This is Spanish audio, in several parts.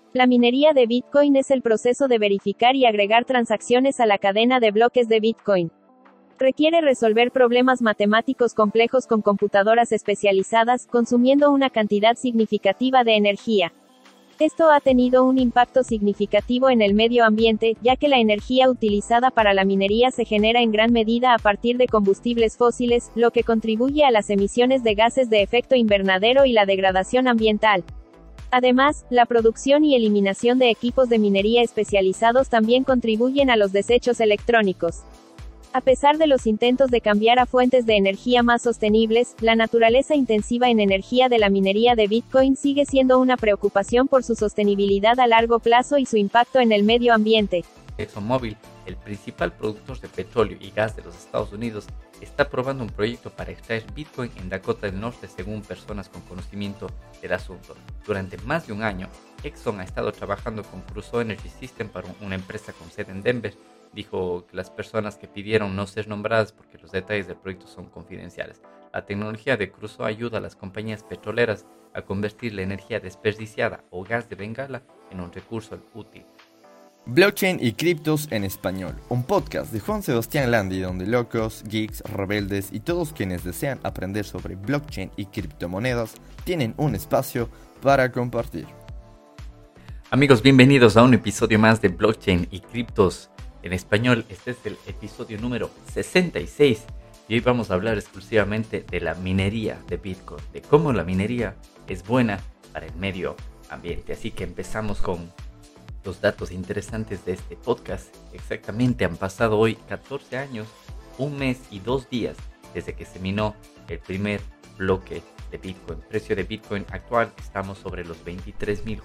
La minería de Bitcoin es el proceso de verificar y agregar transacciones a la cadena de bloques de Bitcoin. Requiere resolver problemas matemáticos complejos con computadoras especializadas, consumiendo una cantidad significativa de energía. Esto ha tenido un impacto significativo en el medio ambiente, ya que la energía utilizada para la minería se genera en gran medida a partir de combustibles fósiles, lo que contribuye a las emisiones de gases de efecto invernadero y la degradación ambiental. Además, la producción y eliminación de equipos de minería especializados también contribuyen a los desechos electrónicos. A pesar de los intentos de cambiar a fuentes de energía más sostenibles, la naturaleza intensiva en energía de la minería de Bitcoin sigue siendo una preocupación por su sostenibilidad a largo plazo y su impacto en el medio ambiente. ExxonMobil, el principal productor de petróleo y gas de los Estados Unidos, está probando un proyecto para extraer Bitcoin en Dakota del Norte, según personas con conocimiento del asunto. Durante más de un año, Exxon ha estado trabajando con Crusoe Energy System para una empresa con sede en Denver. Dijo que las personas que pidieron no ser nombradas porque los detalles del proyecto son confidenciales. La tecnología de Crusoe ayuda a las compañías petroleras a convertir la energía desperdiciada o gas de Bengala en un recurso útil. Blockchain y criptos en español, un podcast de Juan Sebastián Landi donde locos, geeks, rebeldes y todos quienes desean aprender sobre blockchain y criptomonedas tienen un espacio para compartir. Amigos, bienvenidos a un episodio más de Blockchain y criptos en español. Este es el episodio número 66 y hoy vamos a hablar exclusivamente de la minería de Bitcoin, de cómo la minería es buena para el medio ambiente. Así que empezamos con los datos interesantes de este podcast. Exactamente han pasado hoy 14 años, un mes y 2 días desde que se minó el primer bloque de Bitcoin. Precio de Bitcoin actual estamos sobre los $23,400,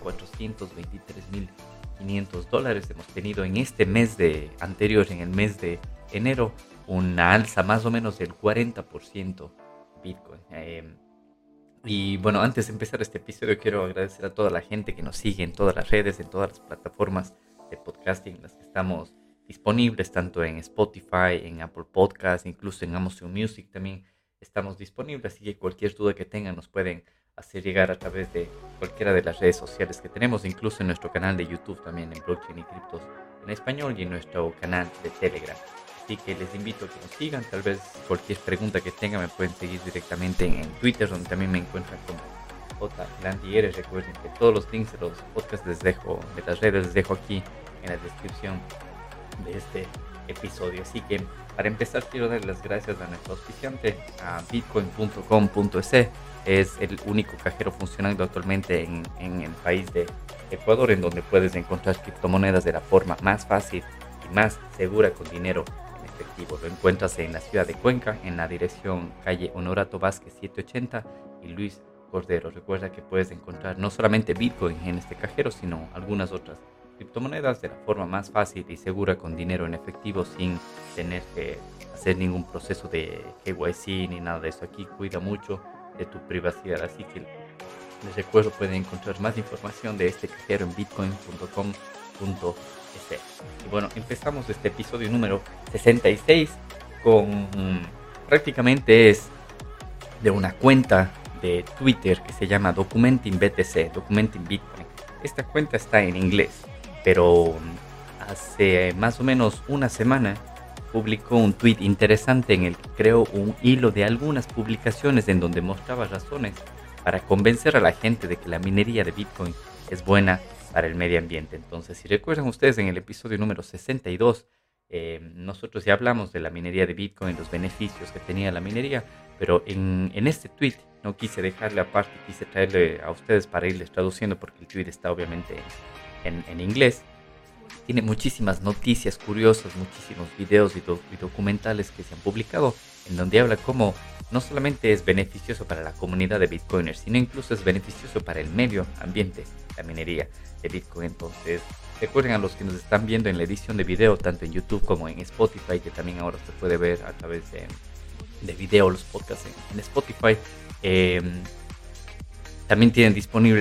$23,500. Hemos tenido en este mes anterior, en el mes de enero, una alza más o menos del 40% Bitcoin. Y bueno, antes de empezar este episodio quiero agradecer a toda la gente que nos sigue en todas las redes, en todas las plataformas de podcasting en las que estamos disponibles, tanto en Spotify, en Apple Podcasts, incluso en Amazon Music también estamos disponibles. Así que cualquier duda que tengan nos pueden hacer llegar a través de cualquiera de las redes sociales que tenemos, incluso en nuestro canal de YouTube también en Blockchain y Criptos en español y en nuestro canal de Telegram. Así que les invito a que nos sigan. Tal vez cualquier pregunta que tengan me pueden seguir directamente en Twitter, donde también me encuentran como JLandier. Recuerden que todos los links de los podcasts de las redes les dejo aquí en la descripción de este episodio. Así que para empezar quiero dar las gracias a nuestro auspiciante, a bitcoin.com.es. Es el único cajero funcionando actualmente en el país de Ecuador, en donde puedes encontrar criptomonedas de la forma más fácil y más segura con dinero efectivo. Lo encuentras en la ciudad de Cuenca, en la dirección calle Honorato Vázquez 780 y Luis Cordero. Recuerda que puedes encontrar no solamente Bitcoin en este cajero, sino algunas otras criptomonedas de la forma más fácil y segura con dinero en efectivo, sin tener que hacer ningún proceso de KYC ni nada de eso. Aquí cuida mucho de tu privacidad, así que les recuerdo, pueden encontrar más información de este cajero en bitcoin.com.es. Y bueno, empezamos este episodio número 66 con prácticamente es de una cuenta de Twitter que se llama Documenting BTC, Documenting Bitcoin. Esta cuenta está en inglés, pero hace más o menos una semana publicó un tweet interesante en el que creó un hilo de algunas publicaciones en donde mostraba razones para convencer a la gente de que la minería de Bitcoin es buena para el medio ambiente. Entonces, si recuerdan ustedes, en el episodio número 62, nosotros ya hablamos de la minería de Bitcoin, los beneficios que tenía la minería, pero en este tweet no quise dejarle aparte, quise traerle a ustedes para irles traduciendo, porque el tweet está obviamente en inglés. Tiene muchísimas noticias curiosas, muchísimos videos y documentales que se han publicado, en donde habla cómo no solamente es beneficioso para la comunidad de Bitcoiners, sino incluso es beneficioso para el medio ambiente, la minería de Bitcoin. Entonces, recuerden a los que nos están viendo en la edición de video, tanto en YouTube como en Spotify, que también ahora se puede ver a través de video los podcasts en Spotify. También tienen disponible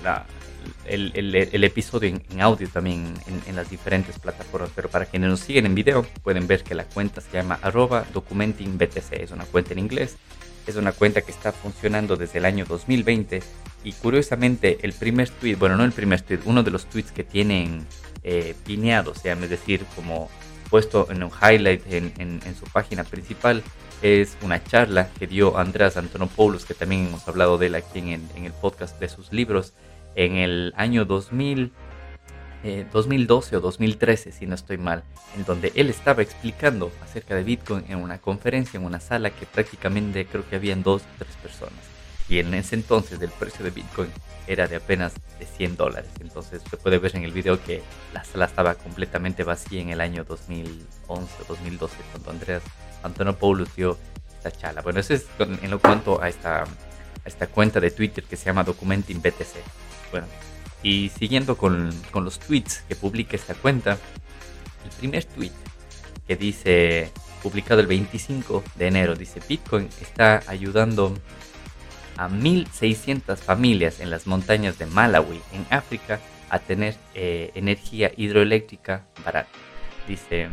el episodio en audio también en las diferentes plataformas, pero para quienes nos siguen en video pueden ver que la cuenta se llama @documentingbtc. Es una cuenta en inglés, es una cuenta que está funcionando desde el año 2020 Y curiosamente, el primer tweet, bueno, no el primer tweet, uno de los tweets que tienen pineados, es decir, como puesto en un highlight en su página principal, es una charla que dio Andreas Antonopoulos, que también hemos hablado de él aquí en el podcast de sus libros, en el año 2012 o 2013, si no estoy mal, en donde él estaba explicando acerca de Bitcoin en una conferencia, en una sala que prácticamente creo que habían 2 o 3 personas. Y en ese entonces el precio de Bitcoin era de apenas de $100. Entonces se puede ver en el video que la sala estaba completamente vacía en el año 2011 o 2012, cuando Andreas Antonopoulos dio esta charla. Bueno, eso es en lo cuanto a esta cuenta de Twitter que se llama Documenting BTC. Bueno, y siguiendo con los tweets que publica esta cuenta, el primer tweet que dice, publicado el 25 de enero, dice: Bitcoin está ayudando a 1.600 familias en las montañas de Malawi, en África, a tener energía hidroeléctrica barata. Dice,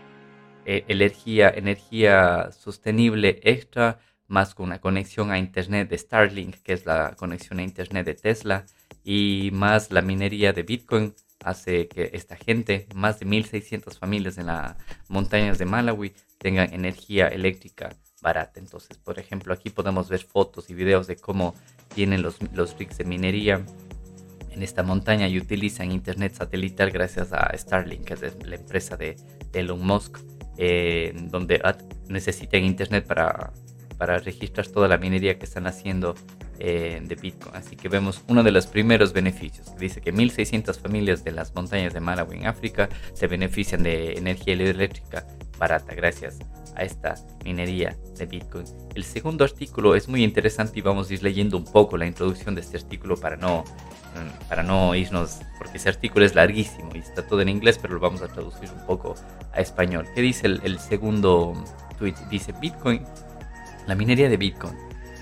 energía sostenible extra, más con una conexión a internet de Starlink, que es la conexión a internet de Tesla, y más la minería de Bitcoin, hace que esta gente, más de 1.600 familias en las montañas de Malawi, tengan energía eléctrica barata. Entonces, por ejemplo, aquí podemos ver fotos y videos de cómo tienen los rigs de minería en esta montaña y utilizan internet satelital gracias a Starlink, que es la empresa de Elon Musk, donde necesitan internet para registrar toda la minería que están haciendo de Bitcoin. Así que vemos uno de los primeros beneficios. Dice que 1.600 familias de las montañas de Malawi en África se benefician de energía eléctrica barata gracias a esta minería de Bitcoin. El segundo artículo es muy interesante y vamos a ir leyendo un poco la introducción de este artículo para no irnos, porque ese artículo es larguísimo y está todo en inglés, pero lo vamos a traducir un poco a español. ¿Qué dice el segundo tweet? Dice: Bitcoin, la minería de Bitcoin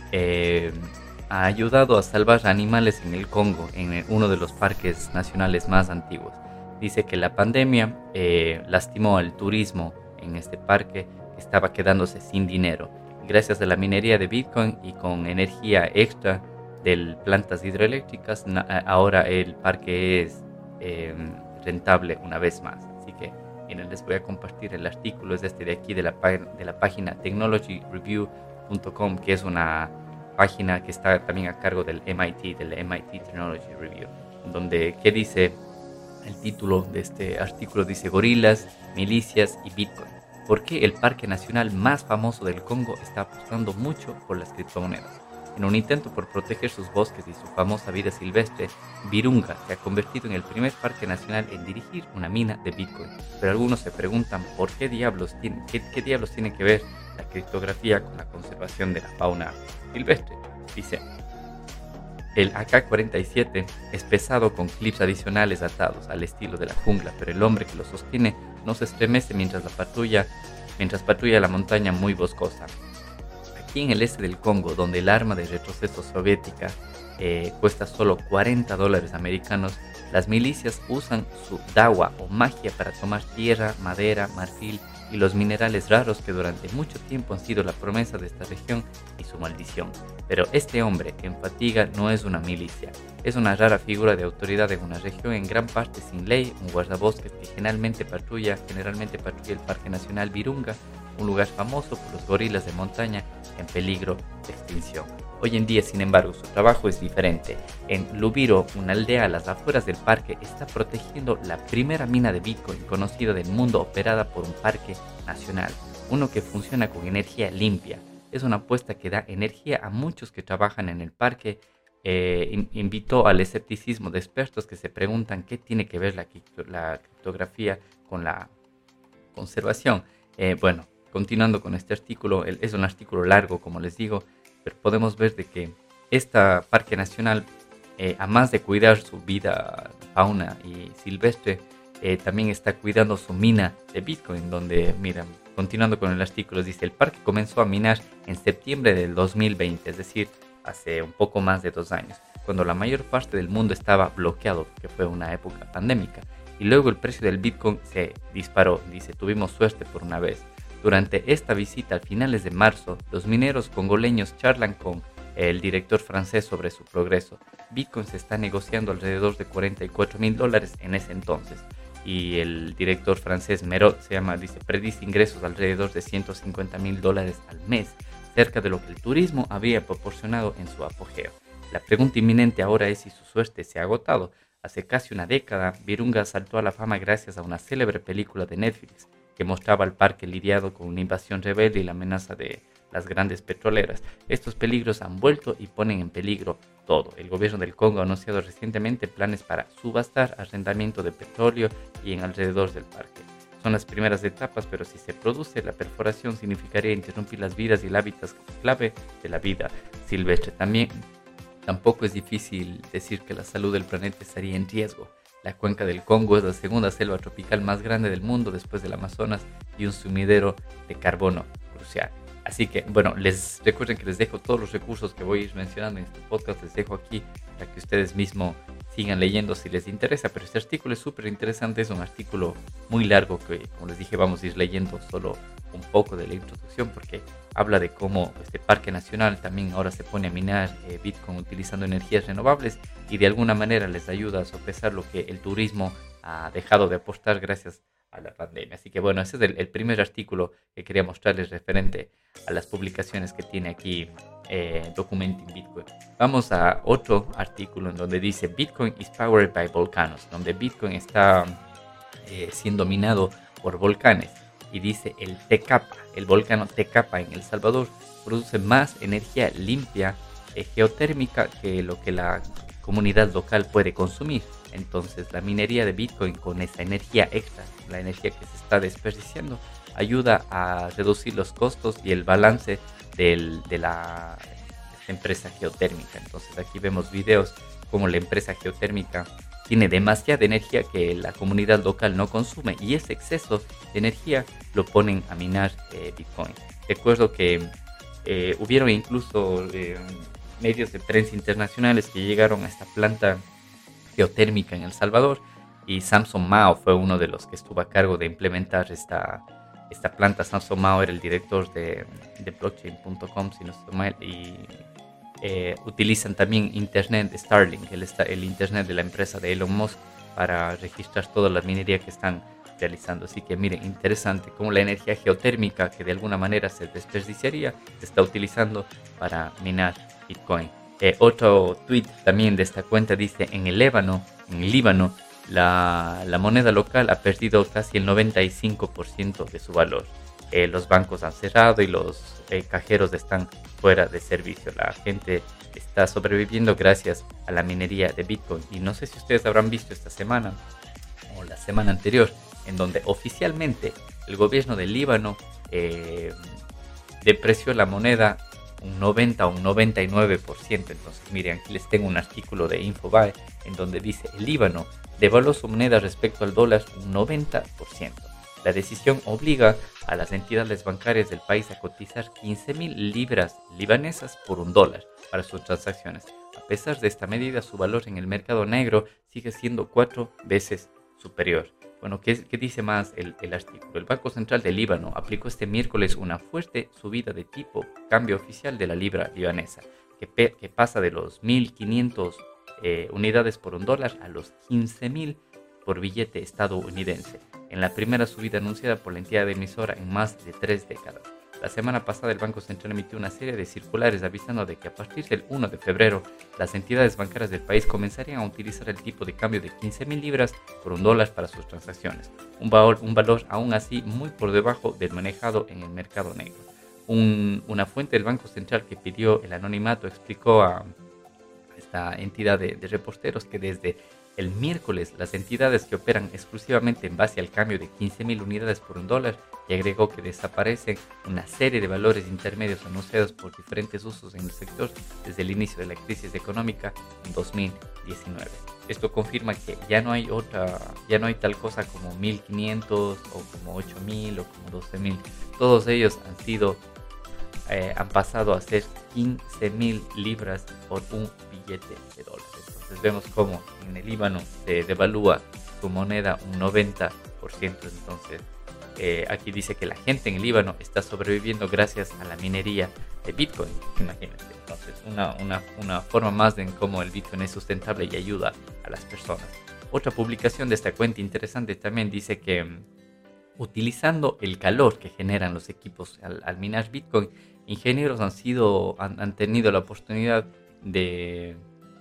ha ayudado a salvar animales en el Congo, en uno de los parques nacionales más antiguos. Dice que la pandemia lastimó al turismo en este parque, que estaba quedándose sin dinero. Gracias a la minería de Bitcoin y con energía extra de plantas hidroeléctricas, ahora el parque es rentable una vez más. Así que miren, les voy a compartir el artículo, es de aquí de la página technologyreview.com, que es una página que está también a cargo del MIT Technology Review, donde, ¿qué dice el título de este artículo? Dice: gorilas, milicias y Bitcoin. ¿Por qué el parque nacional más famoso del Congo está apostando mucho por las criptomonedas? En un intento por proteger sus bosques y su famosa vida silvestre, Virunga se ha convertido en el primer parque nacional en dirigir una mina de Bitcoin. Pero algunos se preguntan por qué diablos tiene que ver la criptografía con la conservación de la fauna silvestre. Dice: el AK-47 es pesado con clips adicionales atados al estilo de la jungla, pero el hombre que lo sostiene no se estremece mientras patrulla la montaña muy boscosa. Aquí en el este del Congo, donde el arma de retroceso soviética cuesta solo $40 americanos, las milicias usan su dawa o magia para tomar tierra, madera, marfil y los minerales raros que durante mucho tiempo han sido la promesa de esta región y su maldición. Pero este hombre en fatiga no es una milicia, es una rara figura de autoridad en una región en gran parte sin ley, un guardabosques que generalmente patrulla el Parque Nacional Virunga, un lugar famoso por los gorilas de montaña en peligro de extinción. Hoy en día, sin embargo, su trabajo es diferente. En Lubiro, una aldea a las afueras del parque, está protegiendo la primera mina de Bitcoin conocida del mundo, operada por un parque nacional, uno que funciona con energía limpia. Es una apuesta que da energía a muchos que trabajan en el parque. Invitó al escepticismo de expertos que se preguntan qué tiene que ver la criptografía con la conservación. Bueno, continuando con este artículo, es un artículo largo, como les digo, pero podemos ver de que este parque nacional, además de cuidar su vida, fauna y silvestre, también está cuidando su mina de Bitcoin, donde, miren, continuando con el artículo, dice: el parque comenzó a minar en septiembre del 2020, es decir, hace un poco más de 2 años, cuando la mayor parte del mundo estaba bloqueado, que fue una época pandémica, y luego el precio del Bitcoin se disparó. Dice: tuvimos suerte por una vez. Durante esta visita a finales de marzo, los mineros congoleños charlan con el director francés sobre su progreso. Bitcoin se está negociando alrededor de $44,000 en ese entonces. Y el director francés Merod dice, predice ingresos alrededor de $150,000 al mes, cerca de lo que el turismo había proporcionado en su apogeo. La pregunta inminente ahora es si su suerte se ha agotado. Hace casi una década, Virunga saltó a la fama gracias a una célebre película de Netflix que mostraba al parque lidiado con una invasión rebelde y la amenaza de las grandes petroleras. Estos peligros han vuelto y ponen en peligro todo. El gobierno del Congo ha anunciado recientemente planes para subastar arrendamiento de petróleo y en alrededor del parque. Son las primeras etapas, pero si se produce, la perforación significaría interrumpir las vidas y el hábitat clave de la vida silvestre. Tampoco es difícil decir que la salud del planeta estaría en riesgo. La cuenca del Congo es la segunda selva tropical más grande del mundo después del Amazonas y un sumidero de carbono crucial. Así que, bueno, recuerden que les dejo todos los recursos que voy a ir mencionando en este podcast, les dejo aquí para que ustedes mismos sigan leyendo si les interesa. Pero este artículo es súper interesante, es un artículo muy largo que, como les dije, vamos a ir leyendo solo un poco de la introducción porque habla de cómo este parque nacional también ahora se pone a minar Bitcoin utilizando energías renovables y de alguna manera les ayuda a sopesar lo que el turismo ha dejado de apostar gracias a la pandemia. Así que bueno, ese es el primer artículo que quería mostrarles referente a las publicaciones que tiene aquí Documenting Bitcoin. Vamos a otro artículo en donde dice Bitcoin is powered by volcanoes, donde Bitcoin está siendo minado por volcanes. Y dice el volcán Tecapa en El Salvador produce más energía limpia geotérmica que lo que la comunidad local puede consumir. Entonces la minería de Bitcoin con esa energía extra, la energía que se está desperdiciando, ayuda a reducir los costos y el balance de esta empresa geotérmica. Entonces aquí vemos videos como la empresa geotérmica tiene demasiada energía que la comunidad local no consume y ese exceso de energía lo ponen a minar Bitcoin. Recuerdo que hubieron incluso medios de prensa internacionales que llegaron a esta planta geotérmica en El Salvador y Samson Mao fue uno de los que estuvo a cargo de implementar esta planta. Samson Mao era el director de blockchain.com, si no estoy mal, y utilizan también internet de Starlink, el internet de la empresa de Elon Musk, para registrar toda la minería que están realizando. Así que miren, interesante cómo la energía geotérmica que de alguna manera se desperdiciaría se está utilizando para minar Bitcoin. Otro tweet también de esta cuenta dice en Líbano la moneda local ha perdido casi el 95% de su valor. Los bancos han cerrado y los cajeros están fuera de servicio. La gente está sobreviviendo gracias a la minería de Bitcoin. Y no sé si ustedes habrán visto esta semana o la semana anterior, en donde oficialmente el gobierno del Líbano depreció la moneda un 90 o un 99%. Entonces, miren, aquí les tengo un artículo de Infobae en donde dice el Líbano devaluó su moneda respecto al dólar un 90%. La decisión obliga a las entidades bancarias del país a cotizar 15,000 libras libanesas por $1 para sus transacciones. A pesar de esta medida, su valor en el mercado negro sigue siendo 4 veces superior. Bueno, ¿qué dice más el artículo? El Banco Central del Líbano aplicó este miércoles una fuerte subida de tipo cambio oficial de la libra libanesa, que pasa de los 1.500 unidades por $1 a los 15,000 por billete estadounidense, en la primera subida anunciada por la entidad emisora en más de 3 décadas. La semana pasada el Banco Central emitió una serie de circulares avisando de que a partir del 1 de febrero las entidades bancarias del país comenzarían a utilizar el tipo de cambio de 15,000 libras por $1 para sus transacciones, un valor aún así muy por debajo del manejado en el mercado negro. Una fuente del Banco Central que pidió el anonimato explicó a esta entidad de reporteros que desde el miércoles las entidades que operan exclusivamente en base al cambio de 15,000 unidades por $1 y agregó que desaparecen una serie de valores intermedios anunciados por diferentes usos en el sector desde el inicio de la crisis económica en 2019. Esto confirma que ya no hay tal cosa como 1.500 o como 8,000 o como 12,000. Todos ellos han pasado a ser 15,000 libras por un billete de dólar. Entonces vemos cómo en el Líbano se devalúa su moneda un 90%. Entonces aquí dice que la gente en el Líbano está sobreviviendo gracias a la minería de Bitcoin. Imagínense, entonces una forma más de cómo el Bitcoin es sustentable y ayuda a las personas. Otra publicación de esta cuenta interesante también dice que utilizando el calor que generan los equipos al minar Bitcoin, ingenieros han tenido la oportunidad de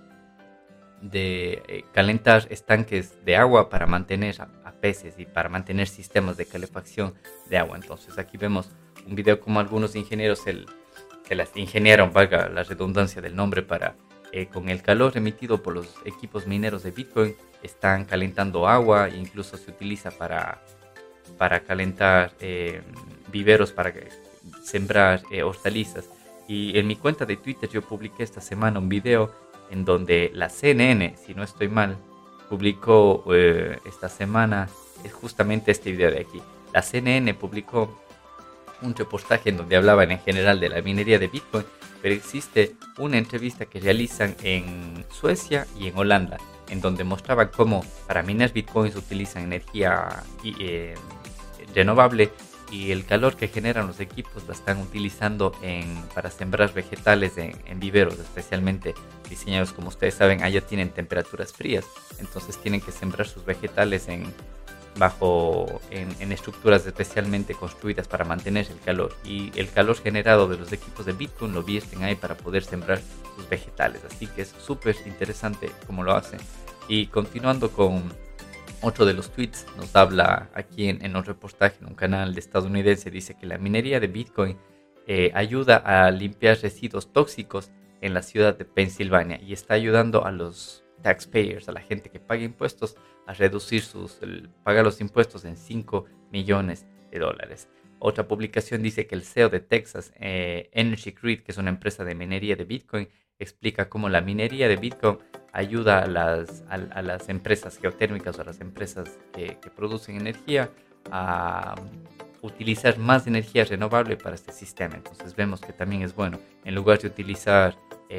calentar estanques de agua para mantener a peces y para mantener sistemas de calefacción de agua. Entonces aquí vemos un video como algunos ingenieros se las ingeniaron, valga la redundancia del nombre, para con el calor emitido por los equipos mineros de Bitcoin están calentando agua e incluso se utiliza para calentar viveros para sembrar hortalizas. Y en mi cuenta de Twitter yo publiqué esta semana un video en donde la CNN, si no estoy mal, publicó esta semana, es justamente este video de aquí. La CNN publicó un reportaje en donde hablaban en general de la minería de Bitcoin, pero existe una entrevista que realizan en Suecia y en Holanda, en donde mostraban cómo para minar Bitcoin se utiliza energía renovable y el calor que generan los equipos la están utilizando para sembrar vegetales en viveros, especialmente diseñados, como ustedes saben, allá tienen temperaturas frías, entonces tienen que sembrar sus vegetales en estructuras especialmente construidas para mantener el calor, y el calor generado de los equipos de Bitcoin lo vierten ahí para poder sembrar sus vegetales, así que es súper interesante cómo lo hacen. Y continuando con otro de los tweets, nos habla aquí en un reportaje en un canal estadounidense, dice que la minería de Bitcoin ayuda a limpiar residuos tóxicos en la ciudad de Pensilvania y está ayudando a los taxpayers, a la gente que paga impuestos, a reducir paga los impuestos en $5 millones. Otra publicación dice que el CEO de Texas Energy Grid, que es una empresa de minería de Bitcoin, explica cómo la minería de Bitcoin ayuda a las empresas geotérmicas o a las empresas que producen energía a utilizar más energía renovable para este sistema. Entonces vemos que también es bueno, en lugar de utilizar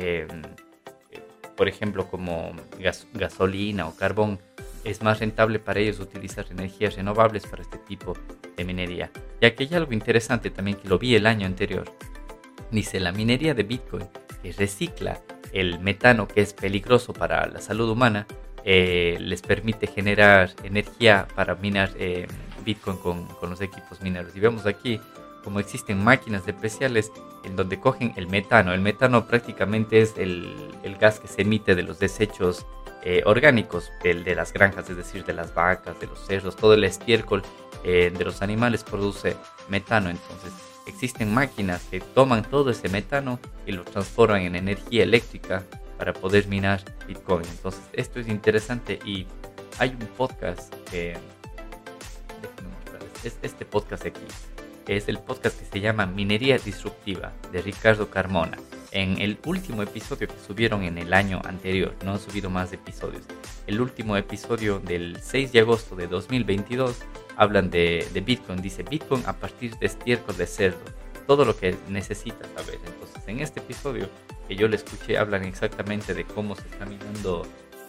por ejemplo como gasolina o carbón, es más rentable para ellos utilizar energías renovables para este tipo de minería. Ya que hay algo interesante también que lo vi el año anterior. Dice, la minería de Bitcoin que recicla el metano, que es peligroso para la salud humana, les permite generar energía para minar Bitcoin con los equipos mineros. Y vemos aquí como existen máquinas especiales en donde cogen el metano. El metano prácticamente es el gas que se emite de los desechos orgánicos de las granjas, es decir, de las vacas, de los cerdos, todo el estiércol de los animales produce metano. Entonces existen máquinas que toman todo ese metano y lo transforman en energía eléctrica para poder minar Bitcoin. Entonces esto es interesante y hay un podcast que déjenme mostrarles. Este podcast de aquí es el podcast que se llama Minería Disruptiva de Ricardo Carmona. En el último episodio que subieron en el año anterior, no han subido más episodios, el último episodio del 6 de agosto de 2022 hablan de Bitcoin. Dice Bitcoin a partir de estiércol de cerdo, todo lo que necesitas saber. Entonces en este episodio que yo le escuché hablan exactamente de cómo se está minando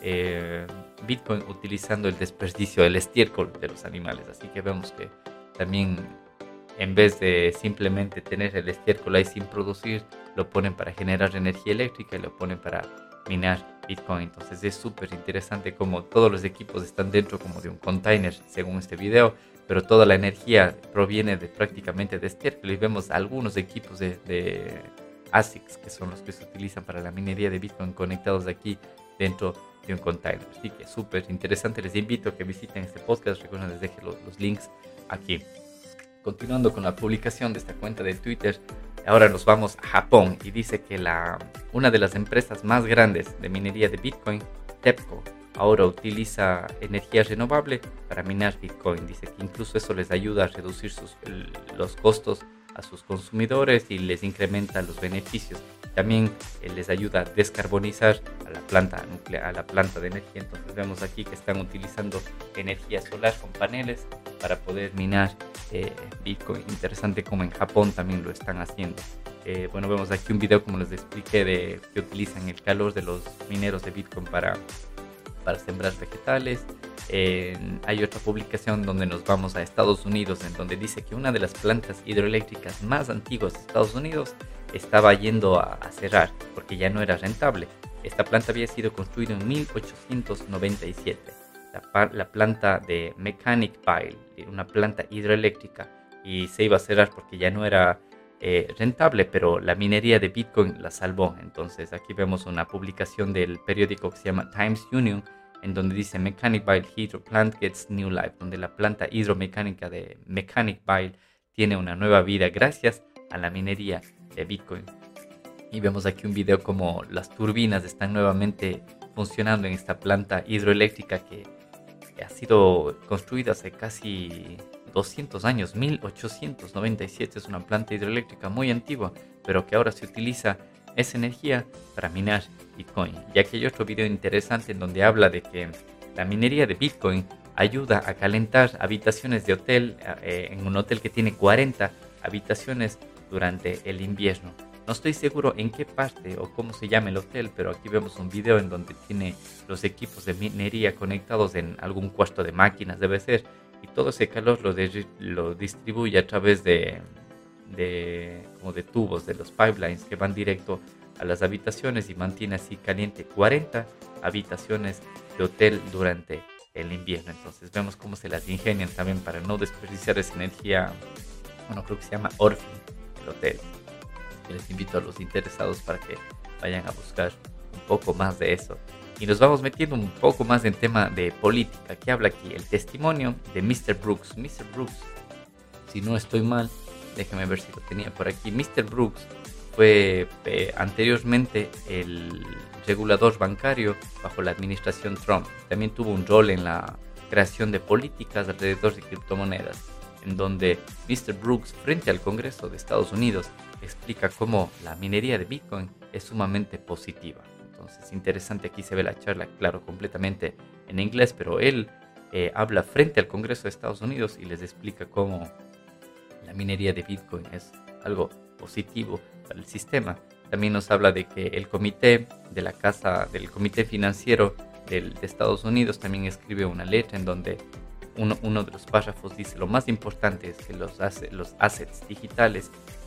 Bitcoin utilizando el desperdicio del estiércol de los animales. Así que vemos que también en vez de simplemente tener el estiércol ahí sin producir, lo ponen para generar energía eléctrica y lo ponen para minar Bitcoin. Entonces es súper interesante como todos los equipos están dentro como de un container según este video, pero toda la energía proviene prácticamente de estiércol y vemos algunos equipos de ASICs que son los que se utilizan para la minería de Bitcoin conectados aquí dentro de un container. Así que súper interesante, les invito a que visiten este podcast, recuerden, les dejo los links aquí. Continuando con la publicación de esta cuenta de Twitter, ahora nos vamos a Japón y dice que una de las empresas más grandes de minería de Bitcoin, TEPCO, ahora utiliza energía renovable para minar Bitcoin. Dice que incluso eso les ayuda a reducir los costos a sus consumidores y les incrementa los beneficios. También les ayuda a descarbonizar a la planta nuclear, a la planta de energía. Entonces vemos aquí que están utilizando energía solar con paneles para poder minar Bitcoin. Interesante como en Japón también lo están haciendo. Bueno, vemos aquí un video como les expliqué que utilizan el calor de los mineros de Bitcoin para para sembrar vegetales. Hay otra publicación donde nos vamos a Estados Unidos, en donde dice que una de las plantas hidroeléctricas más antiguas de Estados Unidos estaba yendo a cerrar porque ya no era rentable. Esta planta había sido construida en 1897. La planta de Mechanic Pile, una planta hidroeléctrica, y se iba a cerrar porque ya no era rentable, pero la minería de Bitcoin la salvó. Entonces aquí vemos una publicación del periódico que se llama Times Union, en donde dice Mechanic Pile Hydro Plant Gets New Life, donde la planta hidromecánica de Mechanic Pile tiene una nueva vida gracias a la minería de Bitcoin. Y vemos aquí un video como las turbinas están nuevamente funcionando en esta planta hidroeléctrica que ha sido construida hace casi 200 años, 1897. Es una planta hidroeléctrica muy antigua, pero que ahora se utiliza esa energía para minar Bitcoin. Y aquí hay otro video interesante en donde habla de que la minería de Bitcoin ayuda a calentar habitaciones de hotel, en un hotel que tiene 40 habitaciones durante el invierno. No estoy seguro en qué parte o cómo se llama el hotel, pero aquí vemos un video en donde tiene los equipos de minería conectados en algún cuarto de máquinas, debe ser, y todo ese calor lo distribuye a través de tubos, de los pipelines que van directo a las habitaciones y mantiene así caliente 40 habitaciones de hotel durante el invierno. Entonces vemos cómo se las ingenian también para no desperdiciar esa energía. Bueno, creo que se llama Orphan, el hotel. Les invito a los interesados para que vayan a buscar un poco más de eso. Y nos vamos metiendo un poco más en tema de política. Que habla aquí el testimonio de Mr. Brooks. Mr. Brooks, si no estoy mal, déjame ver si lo tenía por aquí. Mr. Brooks fue anteriormente el regulador bancario bajo la administración Trump. También tuvo un rol en la creación de políticas alrededor de criptomonedas, en donde Mr. Brooks, frente al Congreso de Estados Unidos, explica cómo la minería de Bitcoin es sumamente positiva. Entonces, interesante, aquí se ve la charla, claro, completamente en inglés, pero él habla frente al Congreso de Estados Unidos y les explica cómo la minería de Bitcoin es algo positivo para el sistema. También nos habla de que el comité de la casa, del comité financiero de Estados Unidos, también escribe una letra en donde uno de los párrafos dice: lo más importante es que los assets digitales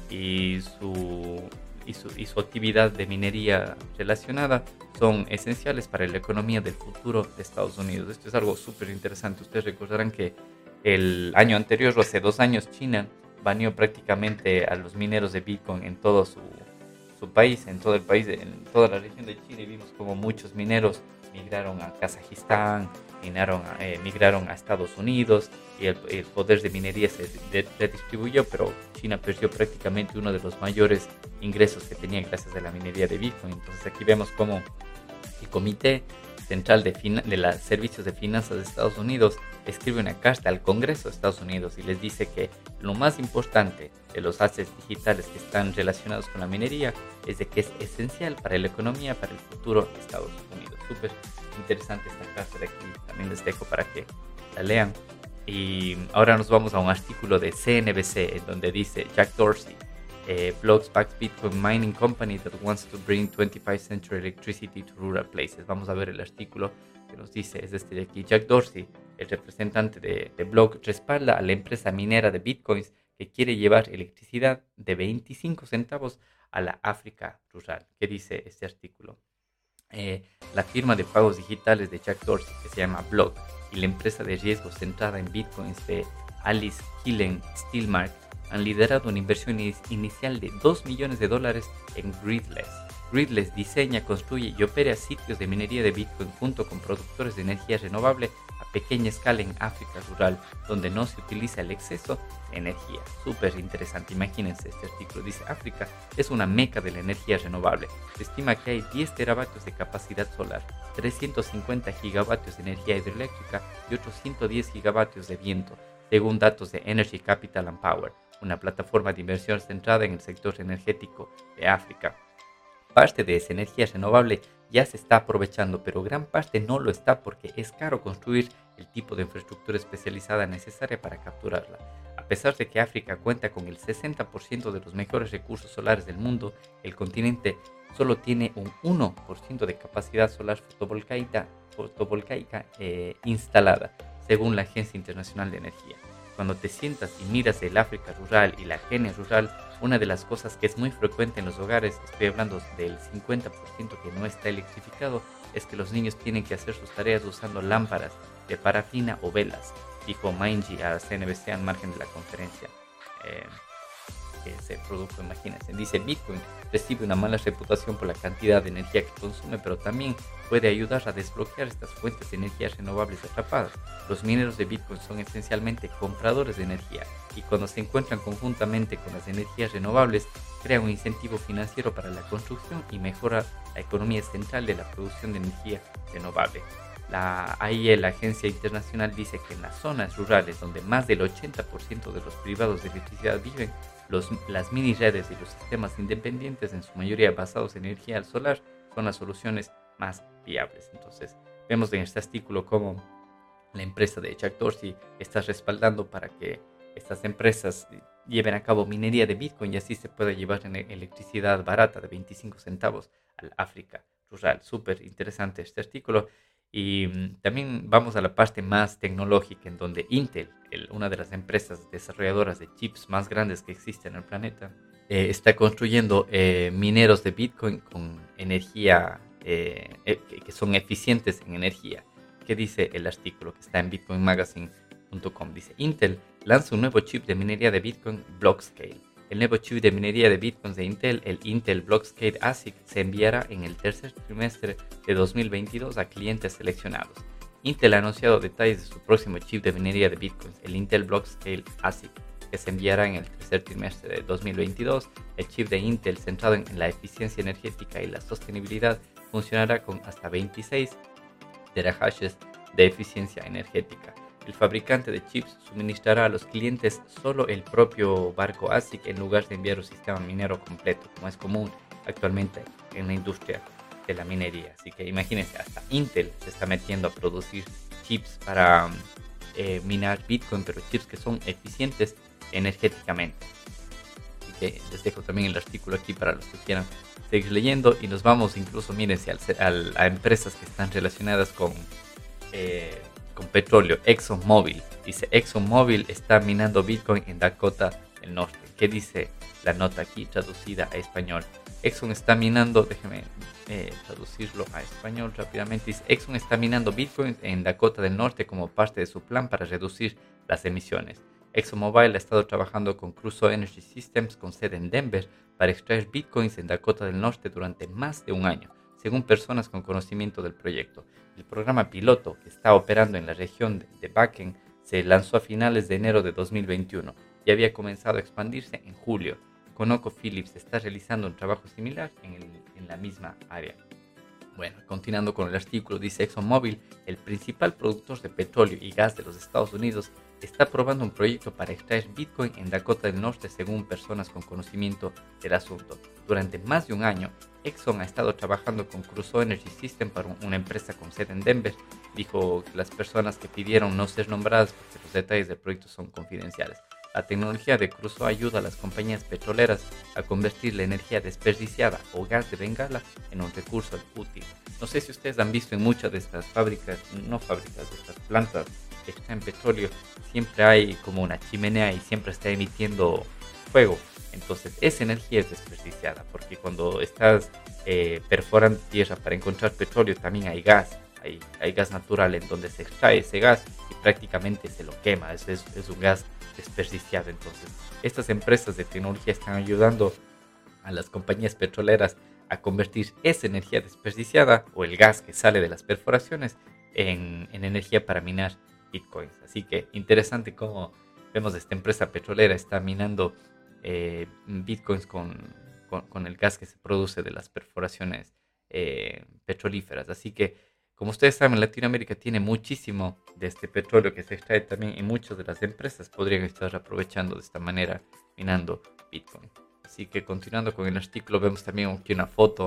y su actividad de minería relacionada son esenciales para la economía del futuro de Estados Unidos. Esto es algo súper interesante. Ustedes recordarán que el año anterior, o hace 2 años, China baneó prácticamente a los mineros de Bitcoin en todo su país, en todo el país, en toda la región de China, y vimos como muchos mineros migraron a Kazajistán, migraron a Estados Unidos, y el poder de minería se redistribuyó, pero China perdió prácticamente uno de los mayores ingresos que tenía gracias a la minería de Bitcoin. Entonces aquí vemos cómo el Comité Central de los Servicios de Finanzas de Estados Unidos escribe una carta al Congreso de Estados Unidos y les dice que lo más importante de los assets digitales que están relacionados con la minería es de que es esencial para la economía, para el futuro de Estados Unidos. Súper interesante esta carta de aquí, también les dejo para que la lean. Y ahora nos vamos a un artículo de CNBC en donde dice: Jack Dorsey blogs backs Bitcoin mining company that wants to bring 25th century electricity to rural places. Vamos a ver el artículo que nos dice, es este de aquí. Jack Dorsey, el representante de Block, respalda a la empresa minera de Bitcoins que quiere llevar electricidad de 25 centavos a la África rural. ¿Qué dice este artículo? La firma de pagos digitales de Jack Dorsey, que se llama Block, y la empresa de riesgo centrada en Bitcoins de Alice Killen Stillmark han liderado una inversión inicial de $2 millones en Gridless. Gridless diseña, construye y opera sitios de minería de Bitcoin junto con productores de energía renovable a pequeña escala en África rural, donde no se utiliza el exceso de energía. Súper interesante, imagínense este artículo. Dice: África es una meca de la energía renovable. Se estima que hay 10 teravatios de capacidad solar, 350 gigavatios de energía hidroeléctrica y otros 110 gigavatios de viento, según datos de Energy Capital and Power, una plataforma de inversión centrada en el sector energético de África. Parte de esa energía renovable ya se está aprovechando, pero gran parte no lo está porque es caro construir el tipo de infraestructura especializada necesaria para capturarla. A pesar de que África cuenta con el 60% de los mejores recursos solares del mundo, el continente solo tiene un 1% de capacidad solar fotovoltaica instalada, según la Agencia Internacional de Energía. Cuando te sientas y miras el África rural y la Kenia rural, una de las cosas que es muy frecuente en los hogares, estoy hablando del 50% que no está electrificado, es que los niños tienen que hacer sus tareas usando lámparas de parafina o velas, dijo Maingi a CNBC al margen de la conferencia que se produjo, imagínense. Dice, Bitcoin recibe una mala reputación por la cantidad de energía que consume, pero también puede ayudar a desbloquear estas fuentes de energías renovables atrapadas. Los mineros de Bitcoin son esencialmente compradores de energía y cuando se encuentran conjuntamente con las energías renovables, crea un incentivo financiero para la construcción y mejora la economía central de la producción de energía renovable. La AIE, la Agencia Internacional, dice que en las zonas rurales donde más del 80% de los privados de electricidad viven, las mini redes y los sistemas independientes, en su mayoría basados en energía solar, son las soluciones más viables. Entonces, vemos en este artículo cómo la empresa de Jack Dorsey está respaldando para que estas empresas lleven a cabo minería de Bitcoin y así se pueda llevar electricidad barata de 25 centavos al África rural. Súper interesante este artículo. Y también vamos a la parte más tecnológica, en donde Intel, una de las empresas desarrolladoras de chips más grandes que existen en el planeta, está construyendo mineros de Bitcoin con energía que son eficientes en energía. ¿Qué dice el artículo que está en bitcoinmagazine.com? Dice, Intel lanza un nuevo chip de minería de Bitcoin Blockscale. El nuevo chip de minería de Bitcoin de Intel, el Intel Blockscale ASIC, se enviará en el tercer trimestre de 2022 a clientes seleccionados. Intel ha anunciado detalles de su próximo chip de minería de Bitcoin, el Intel Blockscale ASIC, que se enviará en el tercer trimestre de 2022. El chip de Intel, centrado en la eficiencia energética y la sostenibilidad, funcionará con hasta 26 terahashes de eficiencia energética. El fabricante de chips suministrará a los clientes solo el propio barco ASIC en lugar de enviar un sistema minero completo, como es común actualmente en la industria de la minería. Así que imagínense, hasta Intel se está metiendo a producir chips para minar Bitcoin, pero chips que son eficientes energéticamente. Así que les dejo también el artículo aquí para los que quieran seguir leyendo y nos vamos incluso, mírense, a empresas que están relacionadas con petróleo. ExxonMobil. Dice, ExxonMobil está minando Bitcoin en Dakota del Norte. ¿Qué dice la nota aquí traducida a español? Exxon está minando, déjeme traducirlo a español rápidamente. Dice, Exxon está minando Bitcoin en Dakota del Norte como parte de su plan para reducir las emisiones. ExxonMobil ha estado trabajando con Crusoe Energy Systems con sede en Denver para extraer Bitcoins en Dakota del Norte durante más de un año, según personas con conocimiento del proyecto. El programa piloto, que está operando en la región de Bakken, se lanzó a finales de enero de 2021 y había comenzado a expandirse en julio. ConocoPhillips está realizando un trabajo similar en la misma área. Bueno, continuando con el artículo, dice ExxonMobil, el principal productor de petróleo y gas de los Estados Unidos, está probando un proyecto para extraer Bitcoin en Dakota del Norte, según personas con conocimiento del asunto. Durante más de un año, Exxon ha estado trabajando con Crusoe Energy System para una empresa con sede en Denver. Dijo que las personas que pidieron no ser nombradas porque los detalles del proyecto son confidenciales. La tecnología de Crusoe ayuda a las compañías petroleras a convertir la energía desperdiciada o gas de Bengala en un recurso útil. No sé si ustedes han visto en muchas de estas fábricas, de estas plantas que extraen petróleo, siempre hay como una chimenea y siempre está emitiendo fuego. Entonces esa energía es desperdiciada porque cuando estás perforando tierra para encontrar petróleo también hay gas. Hay gas natural en donde se extrae ese gas y prácticamente se lo quema. Es un gas desperdiciado. Entonces, estas empresas de tecnología están ayudando a las compañías petroleras a convertir esa energía desperdiciada o el gas que sale de las perforaciones en energía para minar bitcoins. Así que interesante cómo vemos esta empresa petrolera está minando bitcoins con el gas que se produce de las perforaciones petrolíferas. Así que, como ustedes saben, Latinoamérica tiene muchísimo de este petróleo que se extrae también y muchas de las empresas podrían estar aprovechando de esta manera minando Bitcoin. Así que continuando con el artículo, vemos también aquí una foto,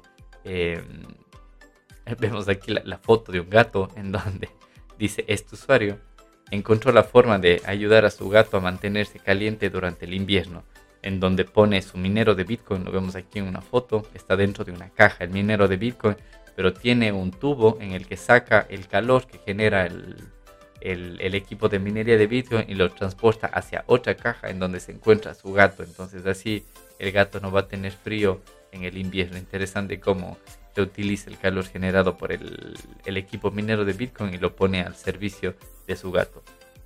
vemos aquí la foto de un gato en donde dice, este usuario encontró la forma de ayudar a su gato a mantenerse caliente durante el invierno. en donde pone su minero de Bitcoin. Lo vemos aquí en una foto, está dentro de una caja el minero de Bitcoin, pero tiene un tubo en el que saca el calor que genera el equipo de minería de Bitcoin y lo transporta hacia otra caja en donde se encuentra su gato. Entonces así el gato no va a tener frío en el invierno. Interesante cómo se utiliza el calor generado por el equipo minero de Bitcoin y lo pone al servicio de su gato.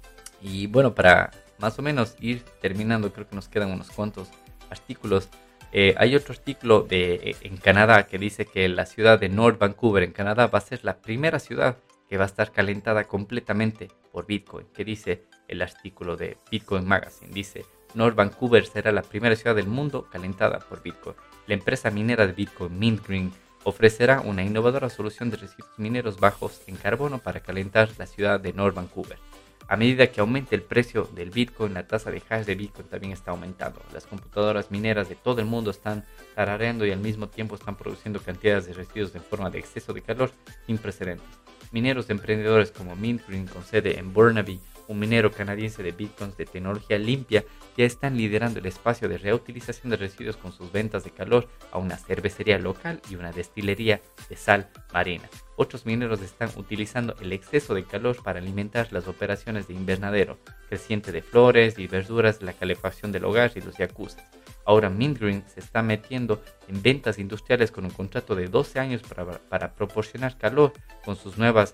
Y bueno, para más o menos ir terminando, creo que nos quedan unos cuantos artículos. Hay otro artículo en Canadá que dice que la ciudad de North Vancouver en Canadá va a ser la primera ciudad que va a estar calentada completamente por Bitcoin. Que dice el artículo de Bitcoin Magazine, dice: North Vancouver será la primera ciudad del mundo calentada por Bitcoin. La empresa minera de Bitcoin, Mint Green, ofrecerá una innovadora solución de residuos mineros bajos en carbono para calentar la ciudad de North Vancouver. A medida que aumente el precio del Bitcoin, la tasa de hash de Bitcoin también está aumentando. Las computadoras mineras de todo el mundo están tarareando y al mismo tiempo están produciendo cantidades de residuos en forma de exceso de calor sin precedentes. Mineros emprendedores como Mint Green, con sede en Burnaby, un minero canadiense de bitcoins de tecnología limpia, ya están liderando el espacio de reutilización de residuos con sus ventas de calor a una cervecería local y una destilería de sal marina. Otros mineros están utilizando el exceso de calor para alimentar las operaciones de invernadero creciente de flores y verduras, la calefacción del hogar y los jacuzzi. Ahora Mint Green se está metiendo en ventas industriales con un contrato de 12 años para proporcionar calor con sus nuevas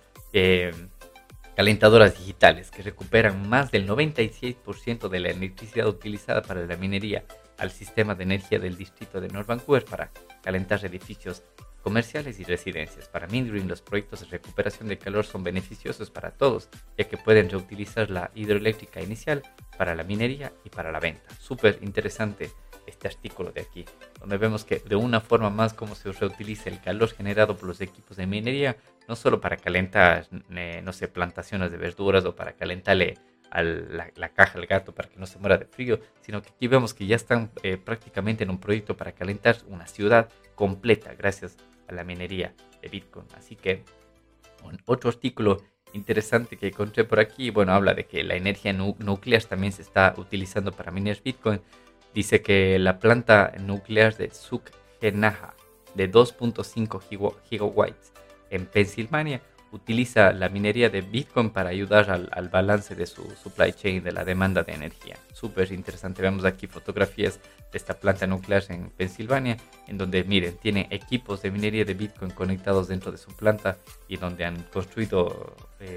calentadoras digitales que recuperan más del 96% de la electricidad utilizada para la minería al sistema de energía del distrito de North Vancouver para calentar edificios comerciales y residencias. Para Mint Green, los proyectos de recuperación de calor son beneficiosos para todos, ya que pueden reutilizar la hidroeléctrica inicial para la minería y para la venta. Súper interesante este artículo de aquí, donde vemos que de una forma más cómo se reutiliza el calor generado por los equipos de minería, no solo para calentar, no sé, plantaciones de verduras o para calentarle a la caja al gato para que no se muera de frío, sino que aquí vemos que ya están prácticamente en un proyecto para calentar una ciudad completa gracias a la minería de Bitcoin. Así que otro artículo interesante que encontré por aquí, bueno, habla de que la energía nuclear también se está utilizando para minar Bitcoin. Dice que la planta nuclear de Susquehanna de 2.5 gigawatts en Pensilvania utiliza la minería de Bitcoin para ayudar al balance de su supply chain de la demanda de energía. Súper interesante. Vemos aquí fotografías de esta planta nuclear en Pensilvania, en donde, miren, tiene equipos de minería de Bitcoin conectados dentro de su planta y donde han construido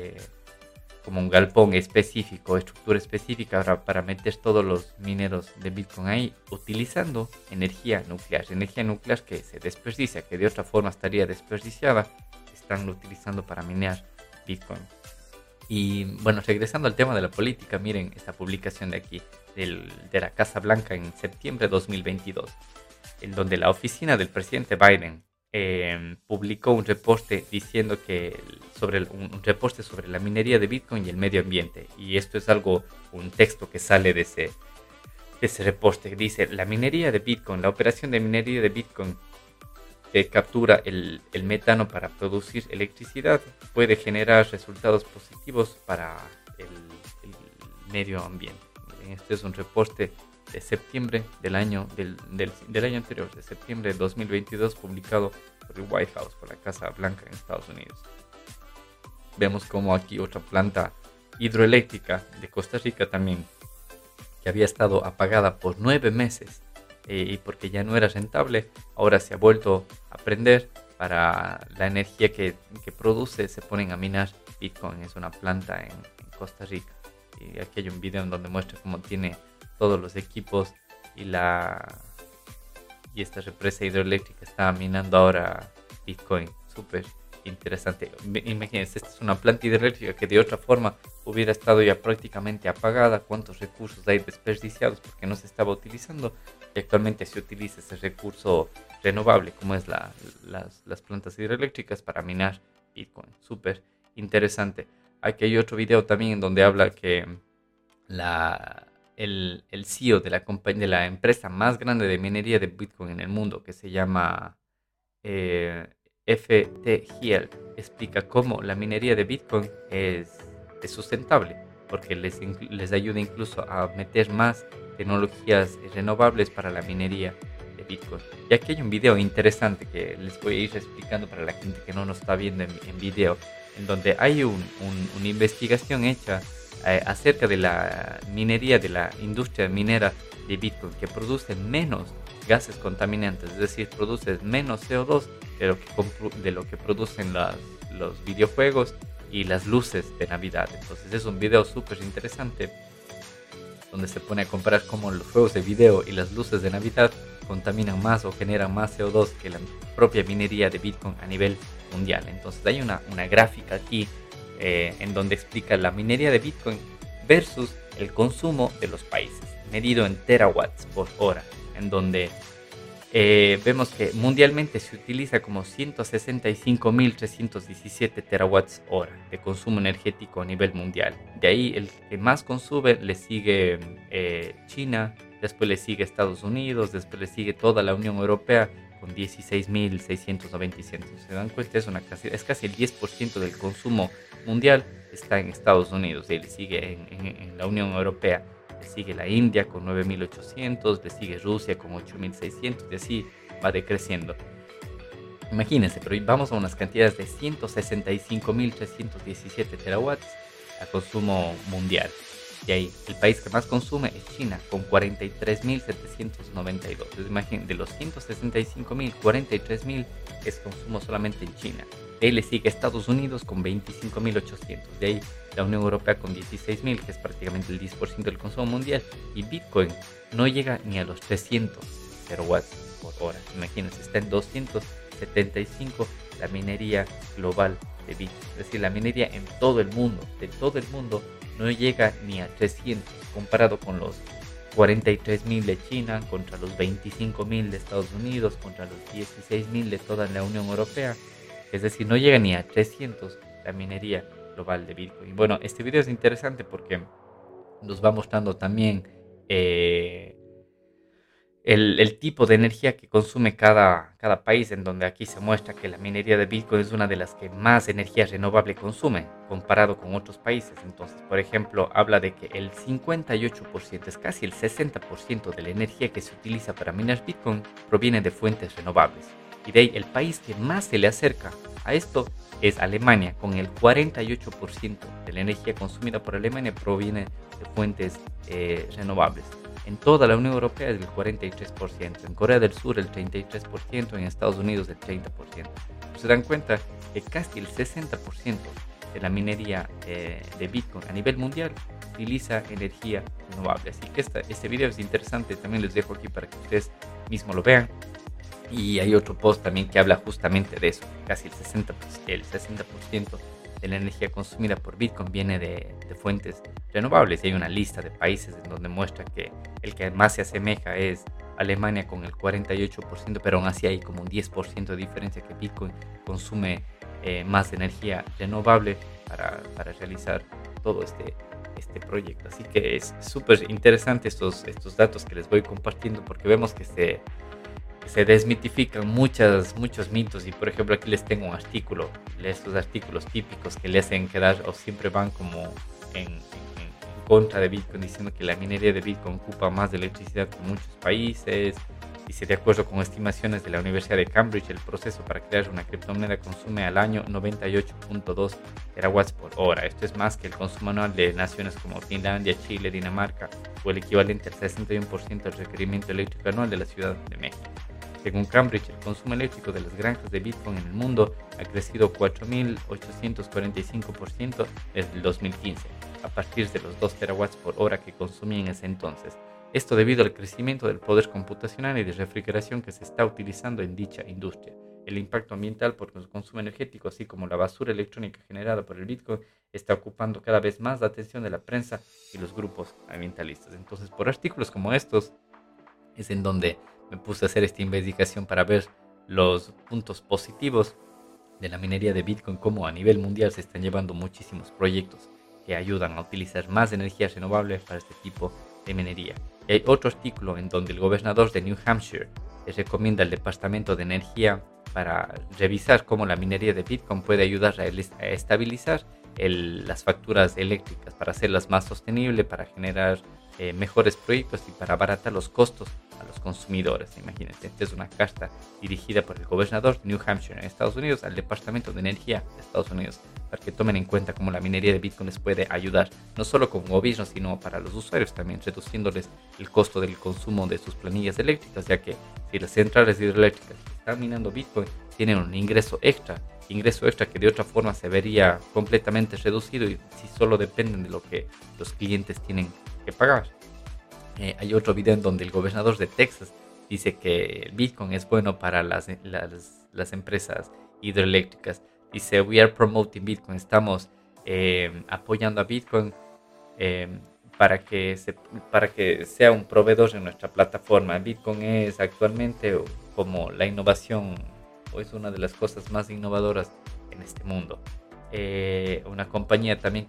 como un galpón específico, estructura específica para meter todos los mineros de Bitcoin ahí, utilizando energía nuclear que se desperdicia, que de otra forma estaría desperdiciada, están utilizando para minar Bitcoin. Y bueno, regresando al tema de la política, miren esta publicación de aquí, de la Casa Blanca en septiembre de 2022, en donde la oficina del presidente Biden publicó un reporte diciendo que un reporte sobre la minería de Bitcoin y el medio ambiente. Y esto es un texto que sale de ese reporte. Dice: la minería de Bitcoin, la operación de minería de Bitcoin que captura el metano para producir electricidad puede generar resultados positivos para el medio ambiente. Este es un reporte de septiembre del año anterior, de septiembre de 2022, publicado por el White House, por la Casa Blanca en Estados Unidos. Vemos como aquí otra planta hidroeléctrica de Costa Rica también, que había estado apagada por 9 meses y porque ya no era rentable, ahora se ha vuelto a prender para la energía que produce. Se ponen a minar Bitcoin. Es una planta en Costa Rica, y aquí hay un video en donde muestra cómo tiene todos los equipos y esta represa hidroeléctrica está minando ahora Bitcoin. Súper interesante. Imagínense, esta es una planta hidroeléctrica que de otra forma hubiera estado ya prácticamente apagada. Cuántos recursos hay desperdiciados porque no se estaba utilizando, y actualmente se utiliza ese recurso renovable como es las plantas hidroeléctricas para minar Bitcoin. Súper interesante. Aquí hay otro video también en donde habla que el CEO de la empresa más grande de minería de Bitcoin en el mundo, que se llama FTGL, explica cómo la minería de Bitcoin es sustentable, porque les ayuda incluso a meter más tecnologías renovables para la minería de Bitcoin. Y aquí hay un video interesante que les voy a ir explicando para la gente que no nos está viendo en video, en donde hay una investigación hecha acerca de la minería, de la industria minera de Bitcoin, que produce menos gases contaminantes, es decir, produce menos CO2 de lo que producen los videojuegos y las luces de Navidad. Entonces es un video súper interesante donde se pone a comparar cómo los juegos de video y las luces de Navidad contaminan más o generan más CO2 que la propia minería de Bitcoin a nivel mundial. Entonces hay una gráfica aquí en donde explica la minería de Bitcoin versus el consumo de los países, medido en terawatts por hora, en donde vemos que mundialmente se utiliza como 165.317 terawatts hora de consumo energético a nivel mundial. De ahí el que más consume le sigue China, después le sigue Estados Unidos, después le sigue toda la Unión Europea con 16.697. Se dan cuenta, es casi el 10% del consumo mundial está en Estados Unidos, y le sigue en la Unión Europea. Le sigue la India con 9.800, le sigue Rusia con 8.600 y así va decreciendo. Imagínense, pero vamos a unas cantidades de 165.317 terawatts a consumo mundial. Y ahí el país que más consume es China con 43.792. Entonces imaginen, de los 165.000, 43.000 es consumo solamente en China. De ahí le sigue Estados Unidos con 25.800. De ahí la Unión Europea con 16.000, que es prácticamente el 10% del consumo mundial. Y Bitcoin no llega ni a los 300 terawatts por hora. Imagínense, está en 275 la minería global de Bitcoin. Es decir, la minería en todo el mundo, de todo el mundo, no llega ni a 300, comparado con los 43.000 de China, contra los 25.000 de Estados Unidos, contra los 16.000 de toda la Unión Europea. Es decir, no llega ni a 300 la minería global de Bitcoin. Bueno, este video es interesante porque nos va mostrando también el tipo de energía que consume cada país, en donde aquí se muestra que la minería de Bitcoin es una de las que más energía renovable consume comparado con otros países. Entonces, por ejemplo, habla de que el 58%, es casi el 60% de la energía que se utiliza para minar Bitcoin proviene de fuentes renovables. Y de ahí el país que más se le acerca a esto es Alemania, con el 48% de la energía consumida por Alemania proviene de fuentes renovables. En toda la Unión Europea es del 43%, en Corea del Sur el 33%, en Estados Unidos el 30%. Se dan cuenta que casi el 60% de la minería de Bitcoin a nivel mundial utiliza energía renovable. Así que este video es interesante, también les dejo aquí para que ustedes mismos lo vean. Y hay otro post también que habla justamente de eso. Casi el 60% de la energía consumida por Bitcoin viene de fuentes renovables. Y hay una lista de países en donde muestra que el que más se asemeja es Alemania con el 48%, pero aún así hay como un 10% de diferencia, que Bitcoin consume más energía renovable para realizar todo este proyecto. Así que es súper interesante estos datos que les voy compartiendo, porque vemos que se desmitifican muchos mitos. Y por ejemplo aquí les tengo un artículo, estos artículos típicos que le hacen quedar o siempre van como en contra de Bitcoin, diciendo que la minería de Bitcoin ocupa más de electricidad que muchos países. Dice, de acuerdo con estimaciones de la Universidad de Cambridge, el proceso para crear una criptomoneda consume al año 98.2 terawatts por hora. Esto es más que el consumo anual de naciones como Finlandia, Chile, Dinamarca, o el equivalente al 61% del requerimiento eléctrico anual de la Ciudad de México. Según Cambridge, el consumo eléctrico de las granjas de Bitcoin en el mundo ha crecido 4.845% desde el 2015, a partir de los 2 terawatts por hora que consumía en ese entonces. Esto debido al crecimiento del poder computacional y de refrigeración que se está utilizando en dicha industria. El impacto ambiental por el consumo energético, así como la basura electrónica generada por el Bitcoin, está ocupando cada vez más la atención de la prensa y los grupos ambientalistas. Entonces, por artículos como estos, es en donde me puse a hacer esta investigación para ver los puntos positivos de la minería de Bitcoin, como a nivel mundial se están llevando muchísimos proyectos que ayudan a utilizar más energía renovable para este tipo de minería. Y hay otro artículo en donde el gobernador de New Hampshire les recomienda al Departamento de Energía para revisar cómo la minería de Bitcoin puede ayudar a estabilizar las facturas eléctricas, para hacerlas más sostenibles, para generar mejores proyectos y para abaratar los costos a los consumidores. Imagínense, esta es una carta dirigida por el gobernador de New Hampshire en Estados Unidos al Departamento de Energía de Estados Unidos para que tomen en cuenta cómo la minería de Bitcoin les puede ayudar, no solo como gobierno, sino para los usuarios también, reduciéndoles el costo del consumo de sus planillas eléctricas, ya que si las centrales hidroeléctricas están minando Bitcoin, tienen un ingreso extra que de otra forma se vería completamente reducido y si solo dependen de lo que los clientes tienen que pagar. Hay otro video en donde el gobernador de Texas dice que el Bitcoin es bueno para las empresas hidroeléctricas. Dice, we are promoting Bitcoin, estamos apoyando a Bitcoin para que sea un proveedor en nuestra plataforma. Bitcoin es actualmente como la innovación, o es una de las cosas más innovadoras en este mundo. Una compañía también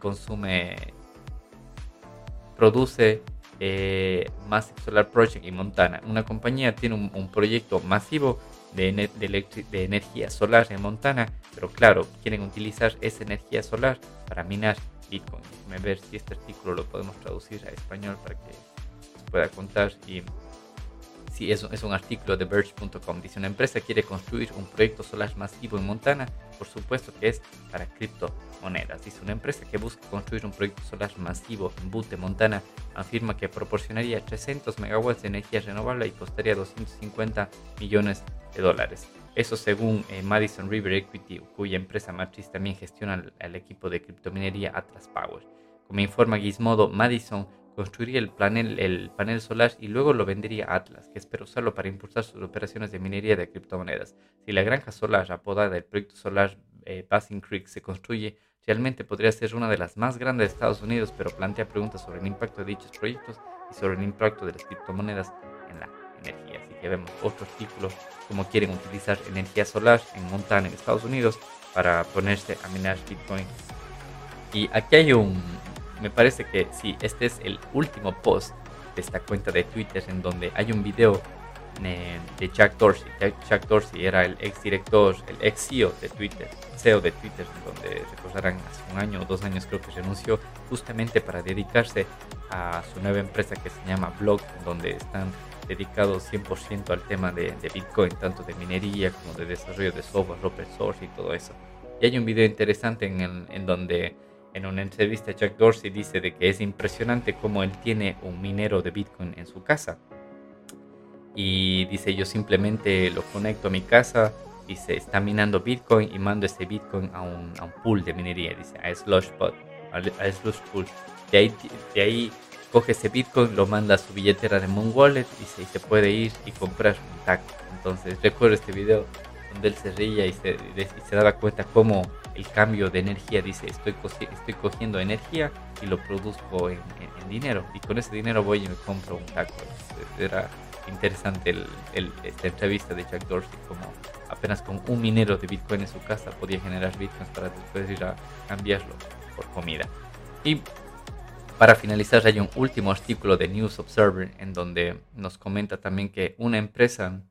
produce Massive Solar Project en Montana. Una compañía tiene un proyecto masivo de energía solar en Montana, pero claro, quieren utilizar esa energía solar para minar Bitcoin. Déjame ver si este artículo lo podemos traducir a español para que nos pueda contar. Y sí, es un artículo de Verge.com. Dice, una empresa quiere construir un proyecto solar masivo en Montana, por supuesto que es para criptomonedas. Dice, una empresa que busca construir un proyecto solar masivo en Butte, Montana, afirma que proporcionaría 300 megawatts de energía renovable y costaría $250 millones. Eso según Madison River Equity, cuya empresa matriz también gestiona el equipo de criptominería Atlas Power. Como informa Gizmodo, Madison construiría el panel solar y luego lo vendería a Atlas, que espera usarlo para impulsar sus operaciones de minería de criptomonedas. Si la granja solar, apodada el proyecto solar Basin Creek, se construye, realmente podría ser una de las más grandes de Estados Unidos, pero plantea preguntas sobre el impacto de dichos proyectos y sobre el impacto de las criptomonedas en la energía. Así que vemos otro artículo, cómo quieren utilizar energía solar en Montana, en Estados Unidos, para ponerse a minar Bitcoin. Y aquí hay me parece que sí, este es el último post de esta cuenta de Twitter en donde hay un video de Jack Dorsey. Jack Dorsey era el ex director, el ex CEO de Twitter, donde recordarán hace 1 año o 2 años creo que renunció justamente para dedicarse a su nueva empresa que se llama Block, donde están dedicados 100% al tema de Bitcoin, tanto de minería como de desarrollo de software, open source y todo eso. Y hay un video interesante en donde en una entrevista Jack Dorsey dice de que es impresionante cómo él tiene un minero de Bitcoin en su casa. Y dice, yo simplemente lo conecto a mi casa, dice, está minando Bitcoin y mando ese Bitcoin a un pool de minería, dice, a Slush Pool. De ahí coge ese Bitcoin, lo manda a su billetera de Moon Wallet y se puede ir y comprar un taco. Entonces recuerdo este video donde él se reía y se daba cuenta cómo el cambio de energía, dice, estoy cogiendo energía y lo produzco en dinero, y con ese dinero voy y me compro un taco. Era interesante esta entrevista de Jack Dorsey, como apenas con un minero de Bitcoin en su casa podía generar Bitcoins para después ir a cambiarlo por comida. Y para finalizar, hay un último artículo de News Observer en donde nos comenta también que una empresa,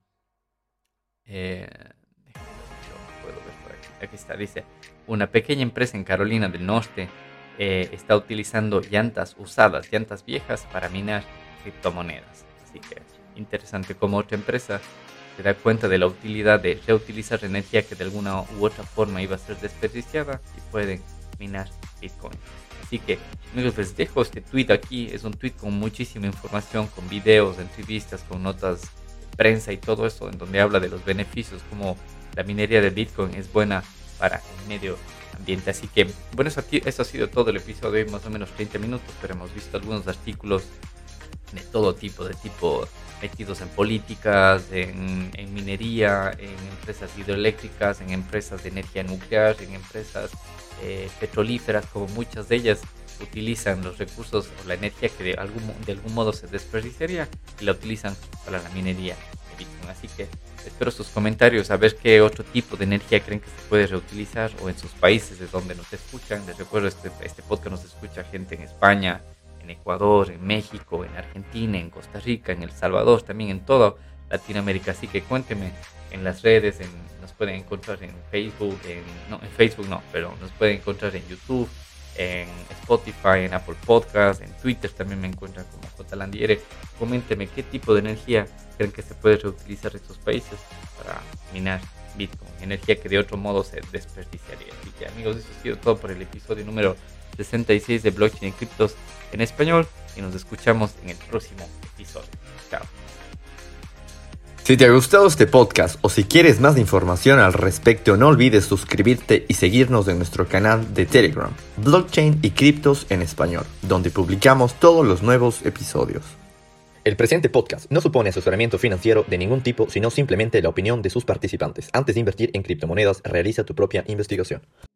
aquí está, dice, una pequeña empresa en Carolina del Norte está utilizando llantas usadas, llantas viejas para minar criptomonedas. Así que interesante cómo otra empresa se da cuenta de la utilidad de reutilizar energía que de alguna u otra forma iba a ser desperdiciada y pueden minar Bitcoin. Así que, amigos, les dejo este tweet aquí. Es un tweet con muchísima información, con videos, entrevistas, con notas de prensa y todo eso, en donde habla de los beneficios, como la minería de Bitcoin es buena para el medio ambiente. Así que, bueno, eso ha sido todo el episodio, más o menos 30 minutos, pero hemos visto algunos artículos de todo tipo, metidos en políticas, en minería, en empresas hidroeléctricas, en empresas de energía nuclear, en empresas petrolíferas, como muchas de ellas utilizan los recursos o la energía que de algún modo se desperdiciaría y la utilizan para la minería de Bitcoin. Así que espero sus comentarios, a ver qué otro tipo de energía creen que se puede reutilizar o en sus países de donde nos escuchan. Les recuerdo, este podcast nos escucha gente en España, en Ecuador, en México, en Argentina, en Costa Rica, en El Salvador, también en toda Latinoamérica. Así que cuéntenme en las redes, nos pueden encontrar en Facebook, pero nos pueden encontrar en YouTube, en Spotify, en Apple Podcasts, en Twitter también me encuentran como JLandiere. Coménteme qué tipo de energía creen que se puede reutilizar en estos países para minar Bitcoin, energía que de otro modo se desperdiciaría. Así que amigos, eso ha sido todo por el episodio número 66 de Blockchain y Criptos en Español, y nos escuchamos en el próximo episodio. Chao. Si te ha gustado este podcast o si quieres más información al respecto, no olvides suscribirte y seguirnos en nuestro canal de Telegram, Blockchain y Criptos en Español, donde publicamos todos los nuevos episodios. El presente podcast no supone asesoramiento financiero de ningún tipo, sino simplemente la opinión de sus participantes. Antes de invertir en criptomonedas, realiza tu propia investigación.